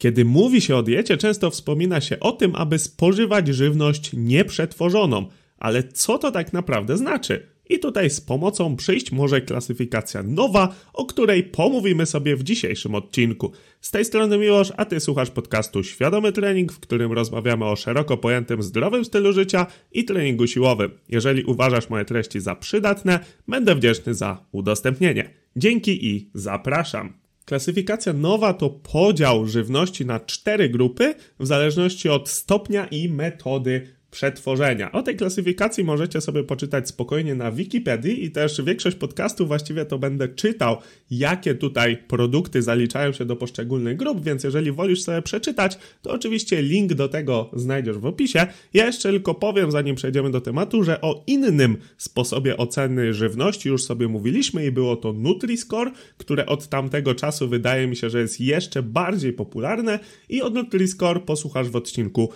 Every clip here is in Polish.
Kiedy mówi się o diecie, często wspomina się o tym, aby spożywać żywność nieprzetworzoną. Ale co to tak naprawdę znaczy? I tutaj z pomocą przyjść może klasyfikacja nowa, o której pomówimy sobie w dzisiejszym odcinku. Z tej strony Miłosz, a ty słuchasz podcastu Świadomy Trening, w którym rozmawiamy o szeroko pojętym zdrowym stylu życia i treningu siłowym. Jeżeli uważasz moje treści za przydatne, będę wdzięczny za udostępnienie. Dzięki i zapraszam. Klasyfikacja nowa to podział żywności na 4 grupy w zależności od stopnia i metody przetworzenia. O tej klasyfikacji możecie sobie poczytać spokojnie na Wikipedii i też większość podcastów właściwie to będę czytał, jakie tutaj produkty zaliczają się do poszczególnych grup, więc jeżeli wolisz sobie przeczytać, to oczywiście link do tego znajdziesz w opisie. Ja jeszcze tylko powiem, zanim przejdziemy do tematu, że o innym sposobie oceny żywności już sobie mówiliśmy i było to Nutri-Score, które od tamtego czasu wydaje mi się, że jest jeszcze bardziej popularne i o Nutri-Score posłuchasz w odcinku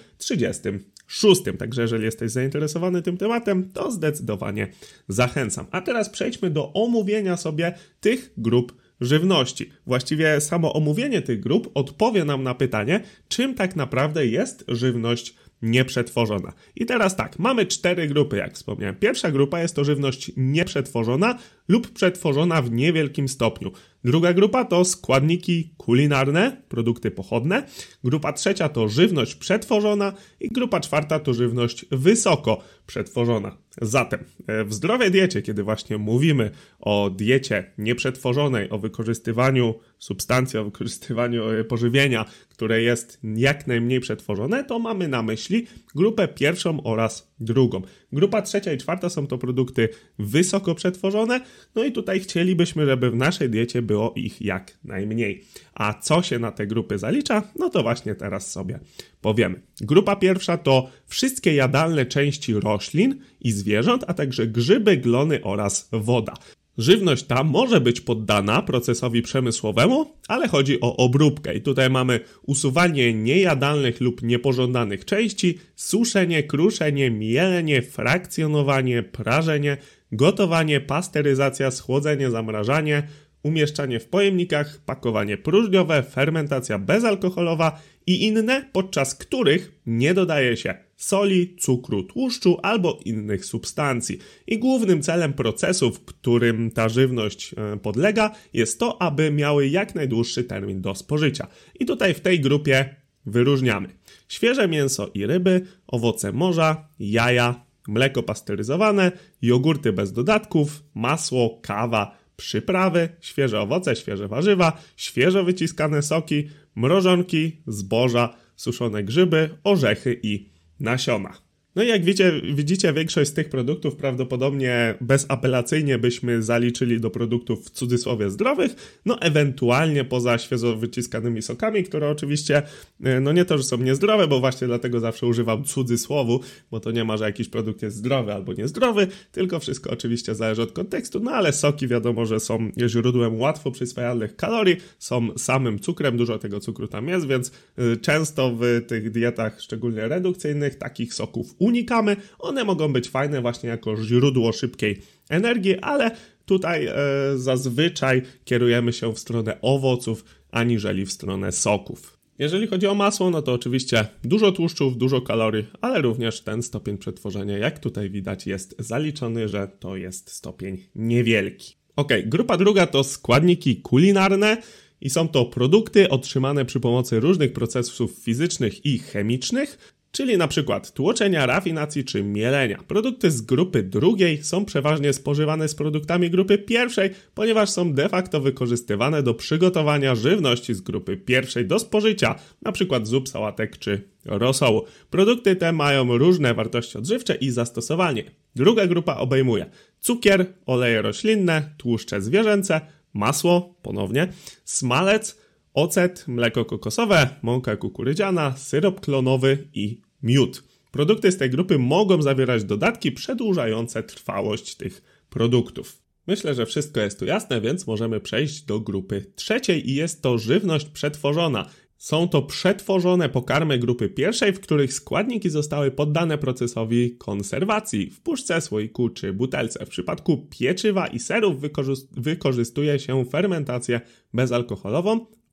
36. Także jeżeli jesteś zainteresowany tym tematem, to zdecydowanie zachęcam. A teraz przejdźmy do omówienia sobie tych grup żywności. Właściwie samo omówienie tych grup odpowie nam na pytanie, czym tak naprawdę jest żywność nieprzetworzona. I teraz tak, mamy 4 grupy, jak wspomniałem. Pierwsza grupa jest to żywność nieprzetworzona lub przetworzona w niewielkim stopniu. Druga grupa to składniki kulinarne, produkty pochodne. Grupa trzecia to żywność przetworzona i grupa czwarta to żywność wysoko przetworzona. Zatem w zdrowej diecie, kiedy właśnie mówimy o diecie nieprzetworzonej, o wykorzystywaniu substancji, o wykorzystywaniu pożywienia, które jest jak najmniej przetworzone, to mamy na myśli grupę pierwszą oraz drugą. Grupa trzecia i czwarta są to produkty wysoko przetworzone, no i tutaj chcielibyśmy, żeby w naszej diecie było ich jak najmniej. A co się na te grupy zalicza? No to właśnie teraz sobie powiemy. Grupa pierwsza to wszystkie jadalne części roślin i zwierząt, a także grzyby, glony oraz woda. Żywność ta może być poddana procesowi przemysłowemu, ale chodzi o obróbkę i tutaj mamy usuwanie niejadalnych lub niepożądanych części, suszenie, kruszenie, mielenie, frakcjonowanie, prażenie, gotowanie, pasteryzacja, schłodzenie, zamrażanie, umieszczanie w pojemnikach, pakowanie próżniowe, fermentacja bezalkoholowa i inne, podczas których nie dodaje się soli, cukru, tłuszczu albo innych substancji. I głównym celem procesów, którym ta żywność podlega, jest to, aby miały jak najdłuższy termin do spożycia. I tutaj w tej grupie wyróżniamy świeże mięso i ryby, owoce morza, jaja, mleko pasteryzowane, jogurty bez dodatków, masło, kawa, przyprawy, świeże owoce, świeże warzywa, świeżo wyciskane soki, mrożonki, zboża, suszone grzyby, orzechy i nasiona. No i jak widzicie, większość z tych produktów prawdopodobnie bezapelacyjnie byśmy zaliczyli do produktów w cudzysłowie zdrowych, no ewentualnie poza świeżo wyciskanymi sokami, które oczywiście, no nie to, że są niezdrowe, bo właśnie dlatego zawsze używam cudzysłowu, bo to nie ma, że jakiś produkt jest zdrowy albo niezdrowy, tylko wszystko oczywiście zależy od kontekstu, no ale soki wiadomo, że są źródłem łatwo przyswajalnych kalorii, są samym cukrem, dużo tego cukru tam jest, więc często w tych dietach, szczególnie redukcyjnych, takich soków unikamy. One mogą być fajne właśnie jako źródło szybkiej energii, ale tutaj zazwyczaj kierujemy się w stronę owoców, aniżeli w stronę soków. Jeżeli chodzi o masło, no to oczywiście dużo tłuszczów, dużo kalorii, ale również ten stopień przetworzenia, jak tutaj widać, jest zaliczony, że to jest stopień niewielki. Grupa druga to składniki kulinarne i są to produkty otrzymane przy pomocy różnych procesów fizycznych i chemicznych, czyli na przykład tłoczenia, rafinacji czy mielenia. Produkty z grupy drugiej są przeważnie spożywane z produktami grupy pierwszej, ponieważ są de facto wykorzystywane do przygotowania żywności z grupy pierwszej do spożycia, na przykład zup, sałatek czy rosołu. Produkty te mają różne wartości odżywcze i zastosowanie. Druga grupa obejmuje cukier, oleje roślinne, tłuszcze zwierzęce, masło, ponownie, smalec, ocet, mleko kokosowe, mąka kukurydziana, syrop klonowy i miód. Produkty z tej grupy mogą zawierać dodatki przedłużające trwałość tych produktów. Myślę, że wszystko jest tu jasne, więc możemy przejść do grupy trzeciej i jest to żywność przetworzona. Są to przetworzone pokarmy grupy pierwszej, w których składniki zostały poddane procesowi konserwacji w puszce, słoiku czy butelce. W przypadku pieczywa i serów wykorzystuje się fermentację bezalkoholową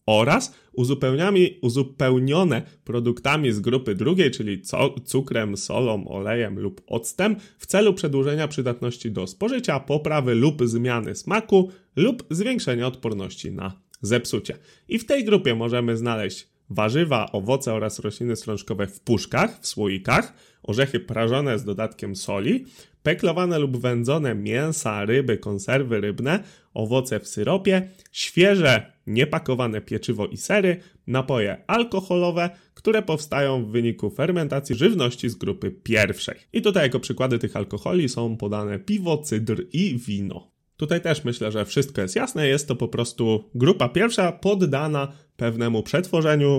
oraz uzupełnione produktami z grupy drugiej, czyli cukrem, solą, olejem lub octem w celu przedłużenia przydatności do spożycia, poprawy lub zmiany smaku lub zwiększenia odporności na zepsucie. I w tej grupie możemy znaleźć warzywa, owoce oraz rośliny strączkowe w puszkach, w słoikach, orzechy prażone z dodatkiem soli, peklowane lub wędzone mięsa, ryby, konserwy rybne, owoce w syropie, świeże, niepakowane pieczywo i sery, napoje alkoholowe, które powstają w wyniku fermentacji żywności z grupy pierwszej. I tutaj jako przykłady tych alkoholi są podane piwo, cydr i wino. Tutaj też myślę, że wszystko jest jasne, jest to po prostu grupa pierwsza poddana pewnemu przetworzeniu,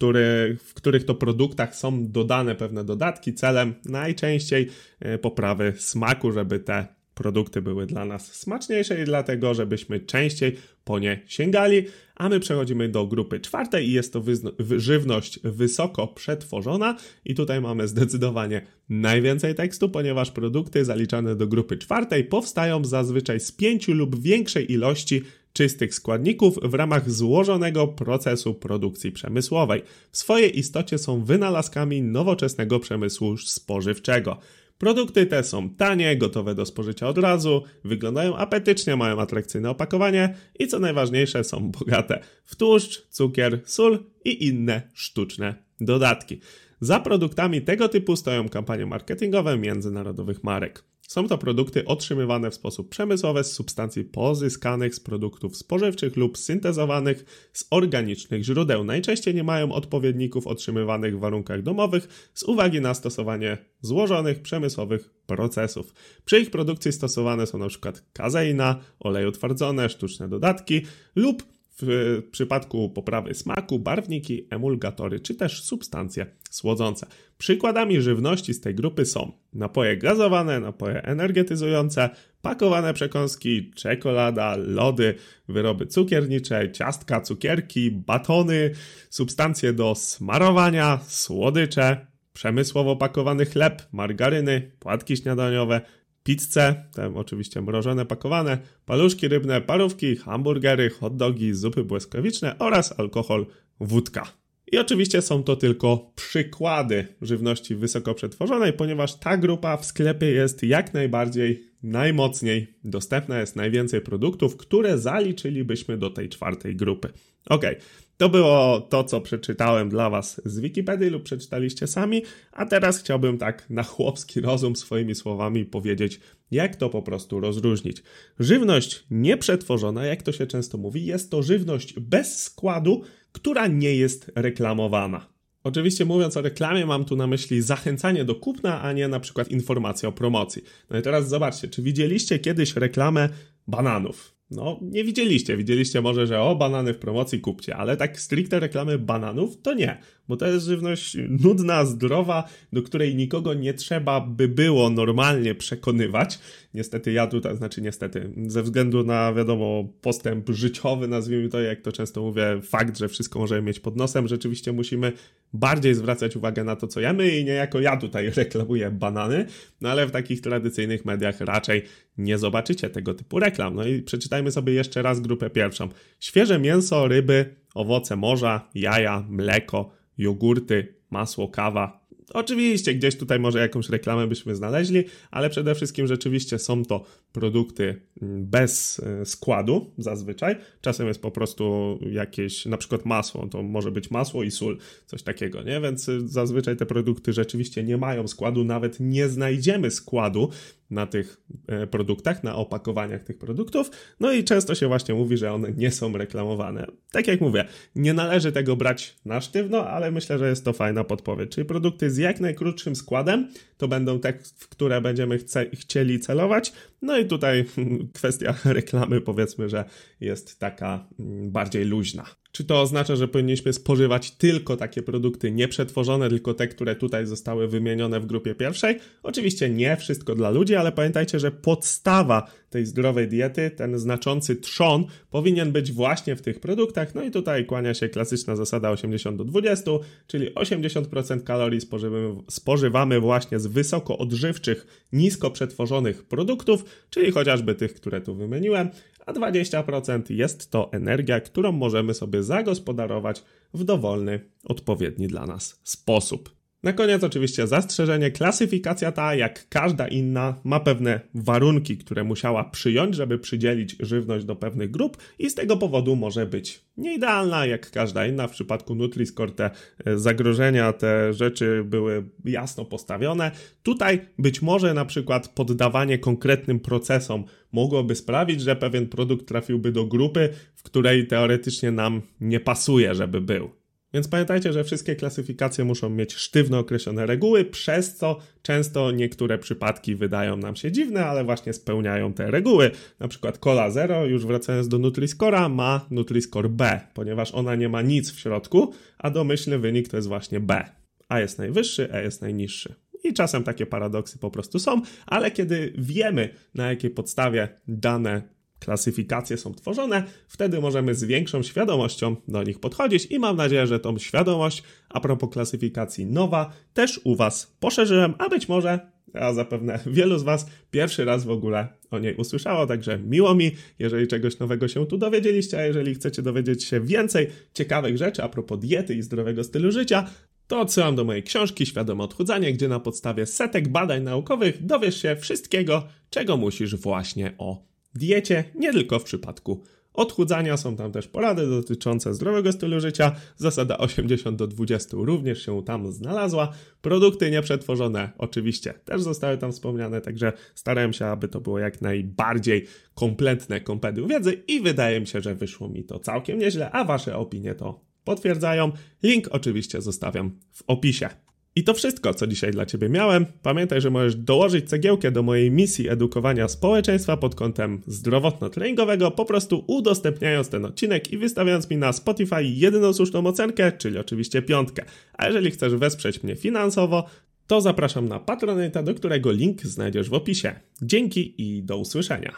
w których to produktach są dodane pewne dodatki celem najczęściej poprawy smaku, żeby te produkty były dla nas smaczniejsze i dlatego, żebyśmy częściej po nie sięgali, a my przechodzimy do grupy czwartej i jest to żywność wysoko przetworzona i tutaj mamy zdecydowanie najwięcej tekstu, ponieważ produkty zaliczane do grupy czwartej powstają zazwyczaj z 5 lub większej ilości czystych składników w ramach złożonego procesu produkcji przemysłowej. W swojej istocie są wynalazkami nowoczesnego przemysłu spożywczego. Produkty te są tanie, gotowe do spożycia od razu, wyglądają apetycznie, mają atrakcyjne opakowanie i co najważniejsze są bogate w tłuszcz, cukier, sól i inne sztuczne dodatki. Za produktami tego typu stoją kampanie marketingowe międzynarodowych marek. Są to produkty otrzymywane w sposób przemysłowy z substancji pozyskanych z produktów spożywczych lub syntezowanych z organicznych źródeł. Najczęściej nie mają odpowiedników otrzymywanych w warunkach domowych z uwagi na stosowanie złożonych przemysłowych procesów. Przy ich produkcji stosowane są np. kazeina, oleje utwardzone, sztuczne dodatki lub w przypadku poprawy smaku, barwniki, emulgatory czy też substancje słodzące. Przykładami żywności z tej grupy są napoje gazowane, napoje energetyzujące, pakowane przekąski, czekolada, lody, wyroby cukiernicze, ciastka, cukierki, batony, substancje do smarowania, słodycze, przemysłowo pakowany chleb, margaryny, płatki śniadaniowe, pizzę, tam oczywiście mrożone, pakowane, paluszki rybne, parówki, hamburgery, hot dogi, zupy błyskawiczne oraz alkohol, wódka. I oczywiście są to tylko przykłady żywności wysoko przetworzonej, ponieważ ta grupa w sklepie jest jak najbardziej, najmocniej dostępna, jest najwięcej produktów, które zaliczylibyśmy do tej czwartej grupy. Okej. To było to, co przeczytałem dla Was z Wikipedii lub przeczytaliście sami, a teraz chciałbym tak na chłopski rozum swoimi słowami powiedzieć, jak to po prostu rozróżnić. Żywność nieprzetworzona, jak to się często mówi, jest to żywność bez składu, która nie jest reklamowana. Oczywiście mówiąc o reklamie mam tu na myśli zachęcanie do kupna, a nie na przykład informacja o promocji. No i teraz zobaczcie, czy widzieliście kiedyś reklamę bananów? No, nie widzieliście. Widzieliście może, że banany w promocji kupcie, ale tak stricte reklamy bananów to nie, bo to jest żywność nudna, zdrowa, do której nikogo nie trzeba by było normalnie przekonywać. Niestety ze względu na, wiadomo, postęp życiowy, nazwijmy to, jak to często mówię, fakt, że wszystko możemy mieć pod nosem, rzeczywiście musimy bardziej zwracać uwagę na to, co jemy i niejako ja tutaj reklamuję banany, no ale w takich tradycyjnych mediach raczej nie zobaczycie tego typu reklam. No i przeczytajmy sobie jeszcze raz grupę pierwszą. Świeże mięso, ryby, owoce morza, jaja, mleko, jogurty, masło, kawa. Oczywiście gdzieś tutaj może jakąś reklamę byśmy znaleźli, ale przede wszystkim rzeczywiście są to produkty bez składu zazwyczaj. Czasem jest po prostu jakieś, na przykład masło, to może być masło i sól, coś takiego, nie? Więc zazwyczaj te produkty rzeczywiście nie mają składu, nawet nie znajdziemy składu na tych produktach, na opakowaniach tych produktów, no i często się właśnie mówi, że one nie są reklamowane. Tak jak mówię, nie należy tego brać na sztywno, ale myślę, że jest to fajna podpowiedź, czyli produkty z jak najkrótszym składem, to będą te, w które będziemy chcieli celować, no i tutaj kwestia reklamy powiedzmy, że jest taka bardziej luźna. Czy to oznacza, że powinniśmy spożywać tylko takie produkty nieprzetworzone, tylko te, które tutaj zostały wymienione w grupie pierwszej? Oczywiście nie wszystko dla ludzi, ale pamiętajcie, że podstawa tej zdrowej diety, ten znaczący trzon powinien być właśnie w tych produktach. No i tutaj kłania się klasyczna zasada 80-20, czyli 80% kalorii spożywamy właśnie z wysoko odżywczych, nisko przetworzonych produktów, czyli chociażby tych, które tu wymieniłem, a 20% jest to energia, którą możemy sobie zagospodarować w dowolny, odpowiedni dla nas sposób. Na koniec oczywiście zastrzeżenie, klasyfikacja ta, jak każda inna, ma pewne warunki, które musiała przyjąć, żeby przydzielić żywność do pewnych grup i z tego powodu może być nieidealna, jak każda inna. W przypadku Nutri-Score te zagrożenia, te rzeczy były jasno postawione. Tutaj być może na przykład poddawanie konkretnym procesom mogłoby sprawić, że pewien produkt trafiłby do grupy, w której teoretycznie nam nie pasuje, żeby był. Więc pamiętajcie, że wszystkie klasyfikacje muszą mieć sztywno określone reguły, przez co często niektóre przypadki wydają nam się dziwne, ale właśnie spełniają te reguły. Na przykład Cola Zero, już wracając do Nutri-Score'a, ma Nutri-Score B, ponieważ ona nie ma nic w środku, a domyślny wynik to jest właśnie B. A jest najwyższy, E jest najniższy. I czasem takie paradoksy po prostu są, ale kiedy wiemy, na jakiej podstawie dane klasyfikacje są tworzone, wtedy możemy z większą świadomością do nich podchodzić i mam nadzieję, że tą świadomość a propos klasyfikacji nowa też u Was poszerzyłem, a być może, a zapewne wielu z Was pierwszy raz w ogóle o niej usłyszało, także miło mi, jeżeli czegoś nowego się tu dowiedzieliście, a jeżeli chcecie dowiedzieć się więcej ciekawych rzeczy a propos diety i zdrowego stylu życia, to odsyłam do mojej książki Świadome Odchudzanie, gdzie na podstawie setek badań naukowych dowiesz się wszystkiego, czego musisz właśnie o diecie, nie tylko w przypadku odchudzania. Są tam też porady dotyczące zdrowego stylu życia. Zasada 80/20 również się tam znalazła. Produkty nieprzetworzone oczywiście też zostały tam wspomniane, także starałem się, aby to było jak najbardziej kompletne kompendium wiedzy i wydaje mi się, że wyszło mi to całkiem nieźle, a Wasze opinie to potwierdzają. Link oczywiście zostawiam w opisie. I to wszystko, co dzisiaj dla Ciebie miałem. Pamiętaj, że możesz dołożyć cegiełkę do mojej misji edukowania społeczeństwa pod kątem zdrowotno-treningowego, po prostu udostępniając ten odcinek i wystawiając mi na Spotify jedyną słuszną ocenkę, czyli oczywiście 5. A jeżeli chcesz wesprzeć mnie finansowo, to zapraszam na Patronite'a, do którego link znajdziesz w opisie. Dzięki i do usłyszenia.